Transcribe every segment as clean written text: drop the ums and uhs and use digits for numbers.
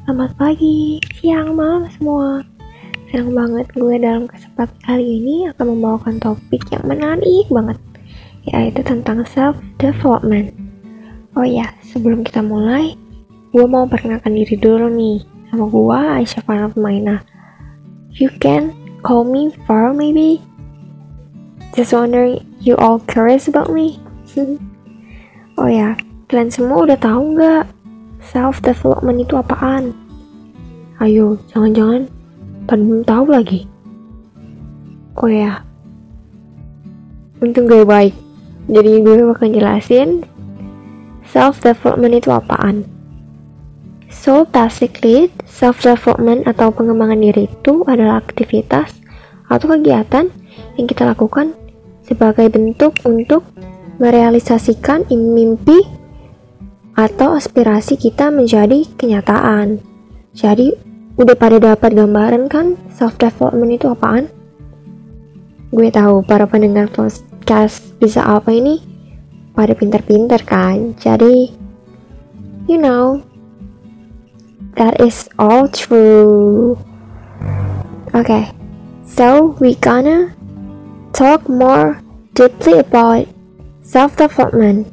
Selamat pagi, siang, malam semua. Senang banget gue dalam kesempatan kali ini akan membawakan topik yang menarik banget, yaitu tentang self-development. Oh ya, sebelum kita mulai, gue mau perkenalkan diri dulu nih. Nama gue Aisyah Farah Pemainah. You can call me Far maybe? Just wondering, you all curious about me? Oh ya, kalian semua udah tahu nggak self-development itu apaan? Ayo, jangan-jangan pada belum tahu lagi. Oh ya, untung gue baik. Jadi gue bakal jelasin self-development itu apaan. So basically, self-development atau pengembangan diri itu adalah aktivitas atau kegiatan yang kita lakukan sebagai bentuk untuk merealisasikan mimpi atau aspirasi kita menjadi kenyataan. Jadi, udah pada dapat gambaran kan self-development itu apaan? Gue tahu para pendengar podcast bisa apa ini? Pada pintar-pintar kan? Jadi, you know, that is all true. Okay, so we gonna talk more deeply about self-development.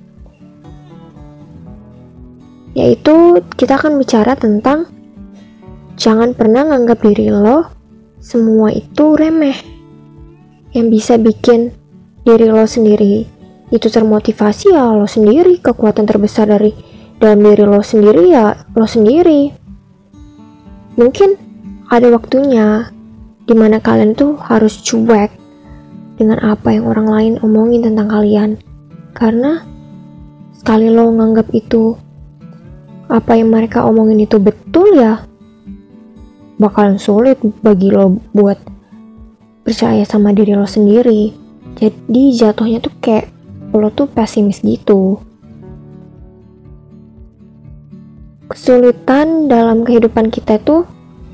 Yaitu kita akan bicara tentang jangan pernah nganggap diri lo semua itu remeh. Yang bisa bikin diri lo sendiri itu termotivasi ya lo sendiri. Kekuatan terbesar dari dalam diri lo sendiri ya lo sendiri. Mungkin ada waktunya dimana kalian tuh harus cuek dengan apa yang orang lain omongin tentang kalian. Karena sekali lo nganggap itu apa yang mereka omongin itu betul ya bakalan sulit bagi lo buat percaya sama diri lo sendiri. Jadi jatuhnya tuh kayak lo tuh pesimis gitu. Kesulitan dalam kehidupan kita tuh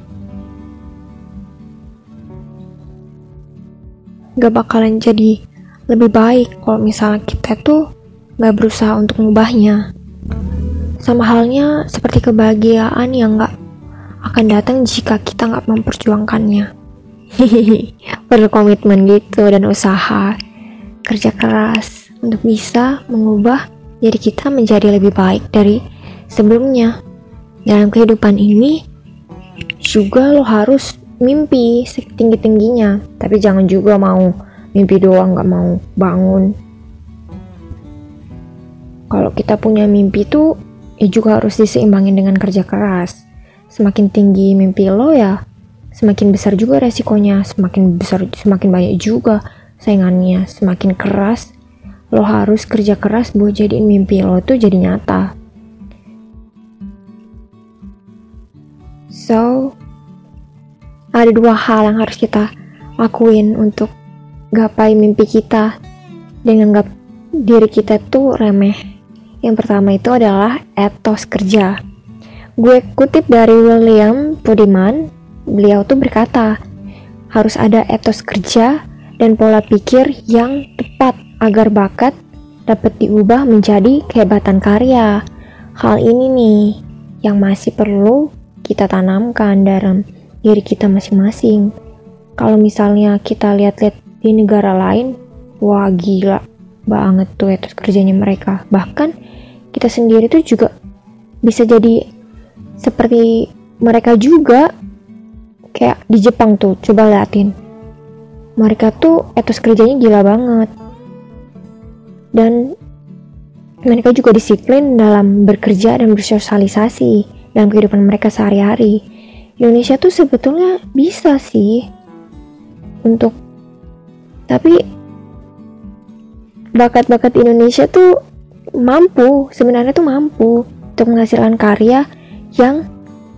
gak bakalan jadi lebih baik kalau misalnya kita tuh gak berusaha untuk mengubahnya. Sama halnya seperti kebahagiaan yang gak akan datang jika kita gak memperjuangkannya. Perlu komitmen gitu dan usaha, kerja keras untuk bisa mengubah diri kita menjadi lebih baik dari sebelumnya. Dalam kehidupan ini juga lo harus mimpi setinggi-tingginya, tapi jangan juga mau mimpi doang gak mau bangun. Kalau kita punya mimpi tuh juga harus diseimbangin dengan kerja keras. Semakin tinggi mimpi lo ya semakin besar juga resikonya, semakin banyak juga saingannya. Semakin keras lo harus kerja keras buat jadiin mimpi lo tuh jadi nyata. So ada dua hal yang harus kita lakuin untuk gapai mimpi kita dan nganggap diri kita tuh remeh. Yang pertama itu adalah etos kerja. Gue kutip dari William Budiman. Beliau tuh berkata, harus ada etos kerja dan pola pikir yang tepat agar bakat dapat diubah menjadi kehebatan karya. Hal ini nih yang masih perlu kita tanamkan dalam diri kita masing-masing. Kalau misalnya kita lihat-lihat di negara lain, wah gila banget tuh etos kerjanya mereka. Bahkan kita sendiri tuh juga bisa jadi seperti mereka juga. Kayak di Jepang tuh, coba liatin. Mereka tuh etos kerjanya gila banget. Dan mereka juga disiplin dalam bekerja dan bersosialisasi dalam kehidupan mereka sehari-hari. Indonesia tuh sebetulnya bisa sih tapi bakat-bakat Indonesia tuh sebenarnya tuh mampu untuk menghasilkan karya yang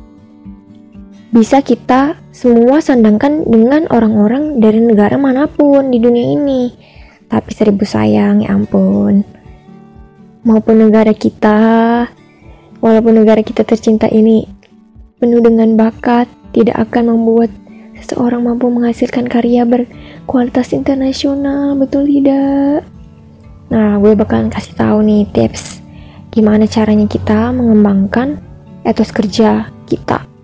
bisa kita semua sandangkan dengan orang-orang dari negara manapun di dunia ini. Tapi seribu sayang, ya ampun. Walaupun negara kita tercinta ini penuh dengan bakat, tidak akan membuat seseorang mampu menghasilkan karya berkualitas internasional, betul tidak? Nah, gue bakalan kasih tahu nih tips gimana caranya kita mengembangkan etos kerja kita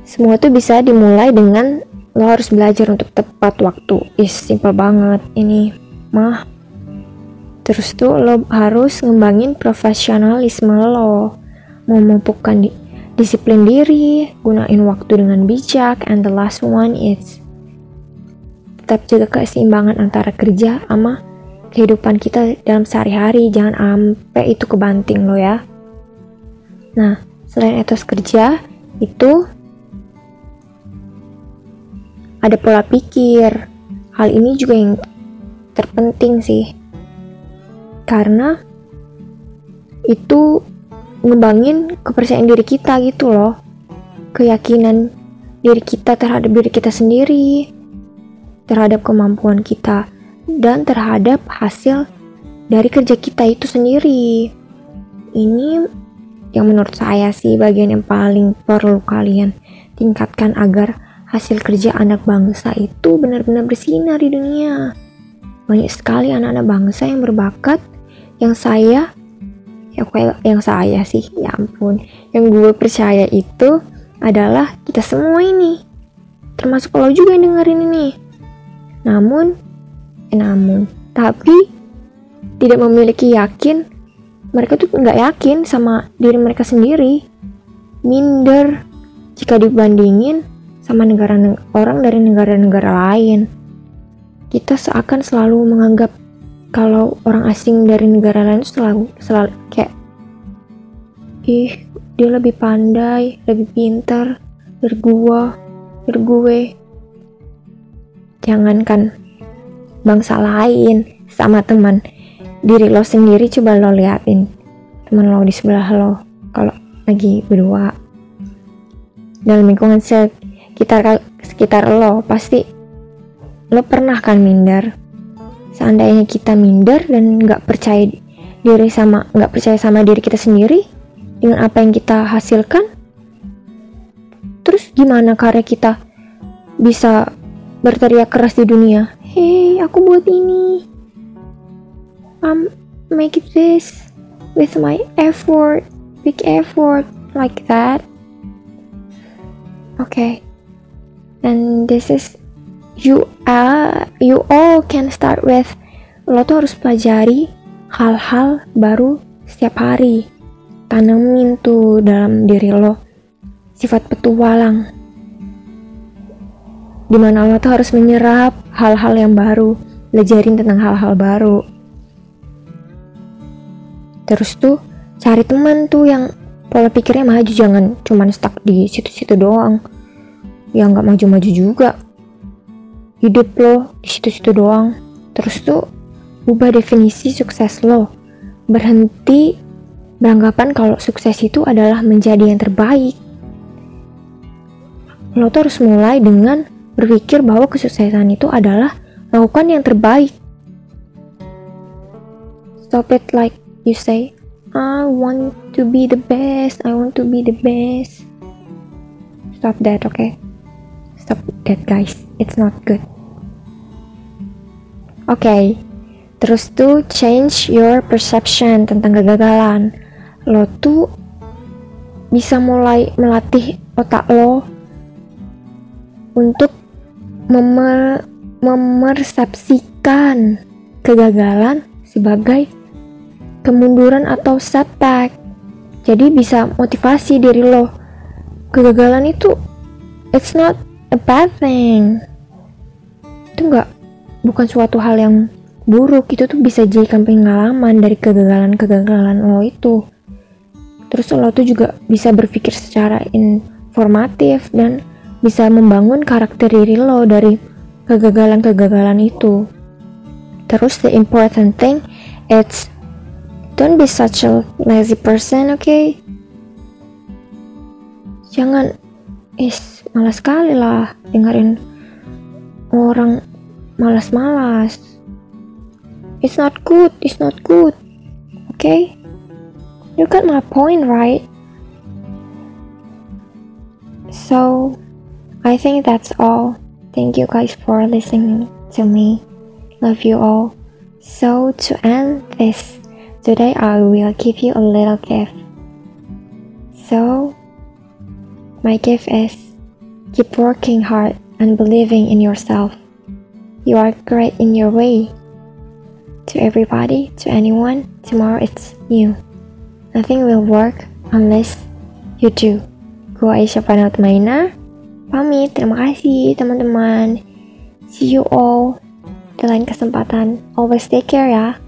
semua tuh bisa dimulai dengan lo harus belajar untuk tepat waktu. Simple banget ini mah. Terus tuh lo harus ngembangin profesionalisme lo, memupukkan disiplin diri, gunain waktu dengan bijak, and the last one is tetap jaga keseimbangan antara kerja sama kehidupan kita dalam sehari-hari. Jangan sampai itu kebanting lo ya. Nah, selain etos kerja itu ada pola pikir. Hal ini juga yang terpenting sih, karena itu ngembangin kepercayaan diri kita gitu loh, keyakinan diri kita terhadap diri kita sendiri, terhadap kemampuan kita, dan terhadap hasil dari kerja kita itu sendiri. Ini yang menurut saya sih bagian yang paling perlu kalian tingkatkan agar hasil kerja anak bangsa itu benar-benar bersinar di dunia. Banyak sekali anak-anak bangsa yang berbakat, yang saya sih, ya ampun, yang gue percaya itu adalah kita semua ini, termasuk lo juga yang dengerin ini. Namun, tapi tidak memiliki mereka tuh nggak yakin sama diri mereka sendiri, minder jika dibandingin sama orang dari negara-negara lain. Kita seakan selalu menganggap kalau orang asing dari negara lain selalu kayak, dia lebih pandai, lebih pintar dari gue. Jangankan bangsa lain, sama teman diri lo sendiri, coba lo liatin teman lo di sebelah lo kalau lagi berdua dalam lingkungan sekitar lo, pasti lo pernah kan minder. Seandainya kita minder dan nggak percaya sama diri kita sendiri dengan apa yang kita hasilkan, terus gimana karya kita bisa berteriak keras di dunia? Hey, aku buat ini, make it this with my effort, big effort, like that. Okay, and this is you all can start with. Lo tuh harus pelajari hal-hal baru setiap hari. Tanemin tuh dalam diri lo sifat petualang, dimana lo tuh harus menyerap hal-hal yang baru, belajarin tentang hal-hal baru. Terus tuh cari teman tuh yang pola pikirnya maju, jangan cuman stuck di situ-situ doang, yang nggak maju-maju juga hidup lo di situ-situ doang. Terus tuh ubah definisi sukses lo, berhenti beranggapan kalau sukses itu adalah menjadi yang terbaik. Lo tuh harus mulai dengan berpikir bahwa kesuksesan itu adalah melakukan yang terbaik. Stop it like you say, I want to be the best, I want to be the best. Stop that, okay? Stop that, guys. It's not good. Okay. Terus tuh change your perception tentang kegagalan. Lo tuh bisa mulai melatih otak lo untuk memersepsikan kegagalan sebagai kemunduran atau setback. Jadi bisa motivasi diri lo. Kegagalan itu it's not a bad thing. Itu bukan suatu hal yang buruk, itu tuh bisa jadikan pengalaman dari kegagalan lo itu. Terus lo tuh juga bisa berpikir secara informatif dan bisa membangun karakter diri lo dari kegagalan-kegagalan itu. Terus the important thing, it's don't be such a lazy person, okay? Jangan malas sekali lah dengerin orang malas-malas. It's not good, okay? You got my point, right? So, I think that's all. Thank you guys for listening to me. Love you all. So, to end this, today I will give you a little gift. So, my gift is Keep working hard and believing in yourself. You are great in your way. To everybody, to anyone, tomorrow it's new. Nothing will work unless you do. Gua Aisyah Panatmaina, pamit. Terima kasih teman-teman. See you all di lain kesempatan. Always take care ya.